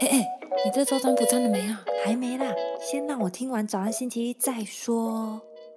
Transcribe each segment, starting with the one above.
你这周占卜占了没啊？ 还没啦，先让我听完早安星期一再说。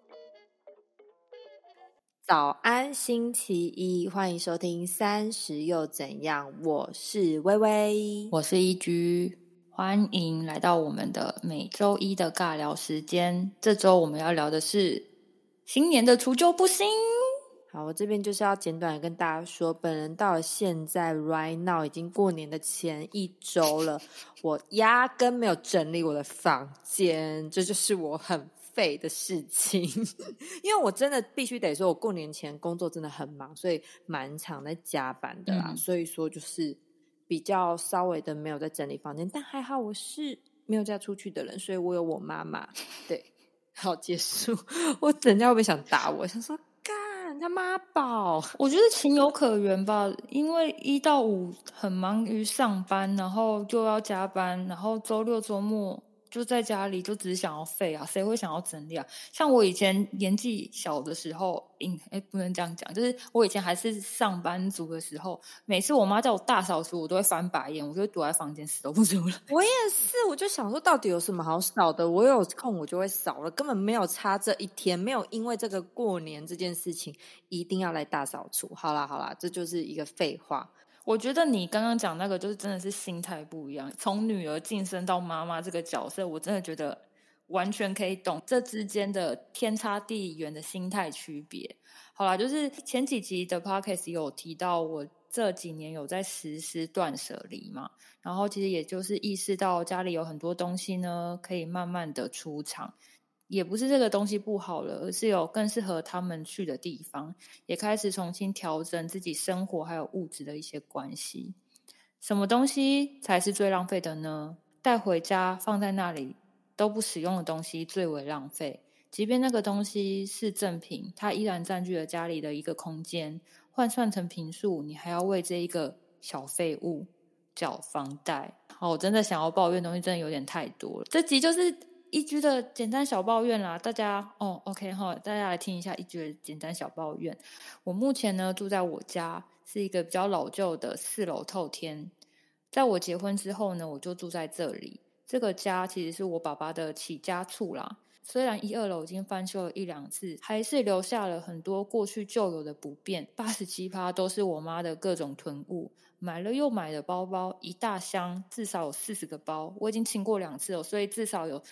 早安星期一，欢迎收听30又怎样，我是微微， 我是EG，欢迎来到我们的每周一的尬聊时间。这周我们要聊的是新年的除旧布新。 好，我这边就是要简短的跟大家说，本人到了现在 right now 已经过年的前1周了，我压根没有整理我的房间，这就是我很废的事情。因为我真的必须得说，我过年前工作真的很忙，所以蛮常在加班的啦，所以说就是比较稍微的没有在整理房间，但还好我是没有嫁出去的人，所以我有我妈妈。对，好，结束。我人家会不会想打我？想说干他妈宝。 我觉得情有可原吧，因为1到5很忙于上班，然后又要加班，然后周六周末就在家里就只是想要废啊，谁会想要整理啊？像我以前年纪小的时候，不能这样讲，就是我以前还是上班族的时候，每次我妈叫我大扫除，我都会翻白眼，我就会躲在房间死都不出来。 我也是，我就想说到底有什么好扫的，我有空我就会扫了，根本没有差这一天，没有因为这个过年这件事情一定要来大扫除。好啦，这就是一个废话。 我觉得你刚刚讲那个就是真的是心态不一样，从女儿晋升到妈妈这个角色，我真的觉得完全可以懂这之间的天差地远的心态区别。好啦，就是前几集的 podcast 有提到我这几年有在实施断舍离嘛，然后其实也就是意识到家里有很多东西呢可以慢慢的出场，也不是这个东西不好了，而是有更适合他们去的地方，也开始重新调整自己生活还有物质的一些关系。什么东西才是最浪费的呢？带回家放在那里都不使用的东西最为浪费，即便那个东西是正品，它依然占据了家里的一个空间，换算成坪数，你还要为这一个小废物缴房贷。好，我真的想要抱怨的东西真的有点太多了，这集就是EG的简单小抱怨啦，大家OK 哈，大家来听一下EG的简单小抱怨。我目前呢住在我家，是一个比较老旧的4楼透天。在我结婚之后呢，我就住在这里。这个家其实是我爸爸的起家处啦。虽然1、2楼已经翻修了1、2次，还是留下了很多过去旧有的不便。87%都是我妈的各种囤物，买了又买的包包一大箱，至少有40个包。我已经清过2次了，所以至少有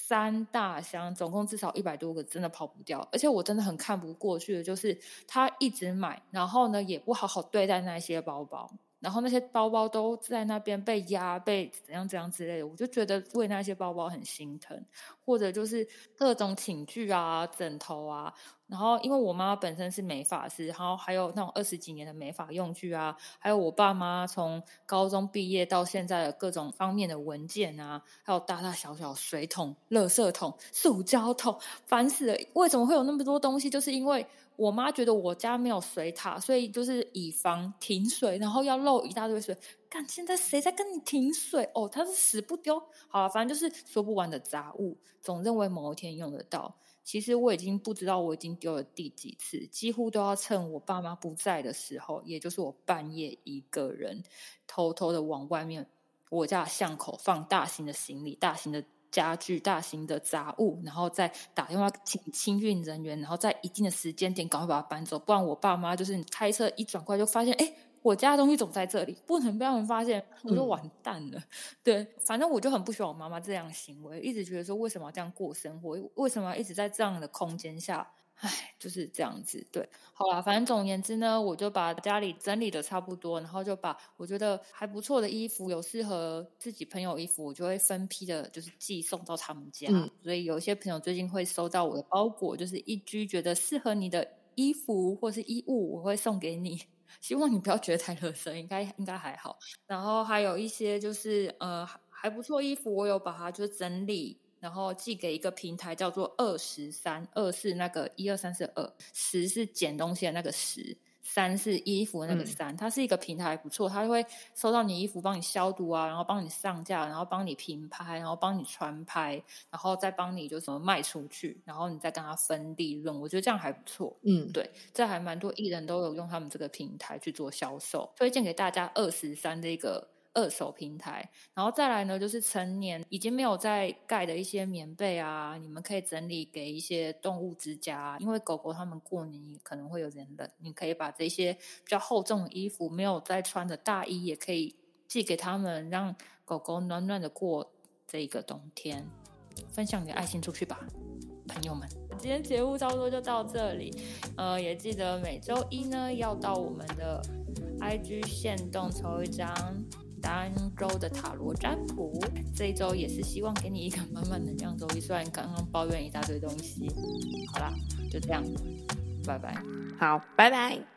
3大箱，总共至少100多个，真的跑不掉。而且我真的很看不过去的就是他一直买，然后呢也不好好对待那些包包，然后那些包包都在那边被压被怎样之类的，我就觉得为那些包包很心疼。或者就是各种寝具啊枕头啊，然后因为我妈本身是美发师，然后还有那种20几年的美发用具啊，还有我爸妈从高中毕业到现在的各种方面的文件啊，还有大大小小水桶、垃圾桶、塑胶桶，烦死了。为什么会有那么多东西？就是因为我妈觉得我家没有水塔，所以就是以防停水，然后要漏一大堆水。干，现在谁在跟你停水？哦，他是死不丢。好了，反正就是说不完的杂物，总认为某一天用得到。其实我已经不知道我已经丢了第几次，几乎都要趁我爸妈不在的时候，也就是我半夜一个人偷偷的往外面我家的巷口放大型的行李、大型的家具、大型的杂物，然后再打电话请清运人员，然后在一定的时间点赶快把它搬走，不然我爸妈就是你开车一转过来就发现，我家的东西总在这里，不能被他们发现，我就完蛋了。对，反正我就很不喜欢我妈妈这样的行为，一直觉得说为什么要这样过生活，为什么要一直在这样的空间下，就是这样子。对，好啦，反正总而言之呢，我就把家里整理的差不多，然后就把我觉得还不错的衣服，有适合自己朋友衣服，我就会分批的就是寄送到他们家。所以有一些朋友最近会收到我的包裹，就是EG觉得适合你的衣服或是衣物，我会送给你。希望你不要觉得太垃圾，应该还好。然后还有一些就是还不错衣服，我有把它就整理，然后寄给一个平台叫做213，2是那个1 2 3 4 2，10是捡东西的那个10。3是衣服的那个3，它是一个平台还不错，它会收到你衣服，帮你消毒啊，然后帮你上架，然后帮你平拍，然后帮你传拍，然后再帮你就是卖出去，然后你再跟他分利润，我觉得这样还不错。对，这还蛮多艺人都有用他们这个平台去做销售，推荐给大家213这个二手平台。然后再来呢，就是成年已经没有在盖的一些棉被啊，你们可以整理给一些动物之家啊，因为狗狗它们过年可能会有点冷，你可以把这些比较厚重的衣服，没有在穿的大衣也可以寄给他们，让狗狗暖暖的过这个冬天。分享你的爱心出去吧，朋友们。今天节目差不多就到这里，也记得每周一呢要到我们的 IG 限动抽一张当周的塔罗占卜。这一周也是希望给你一个满满能量周一，虽然刚刚抱怨一大堆东西。好啦，就这样，拜拜。 好，拜拜。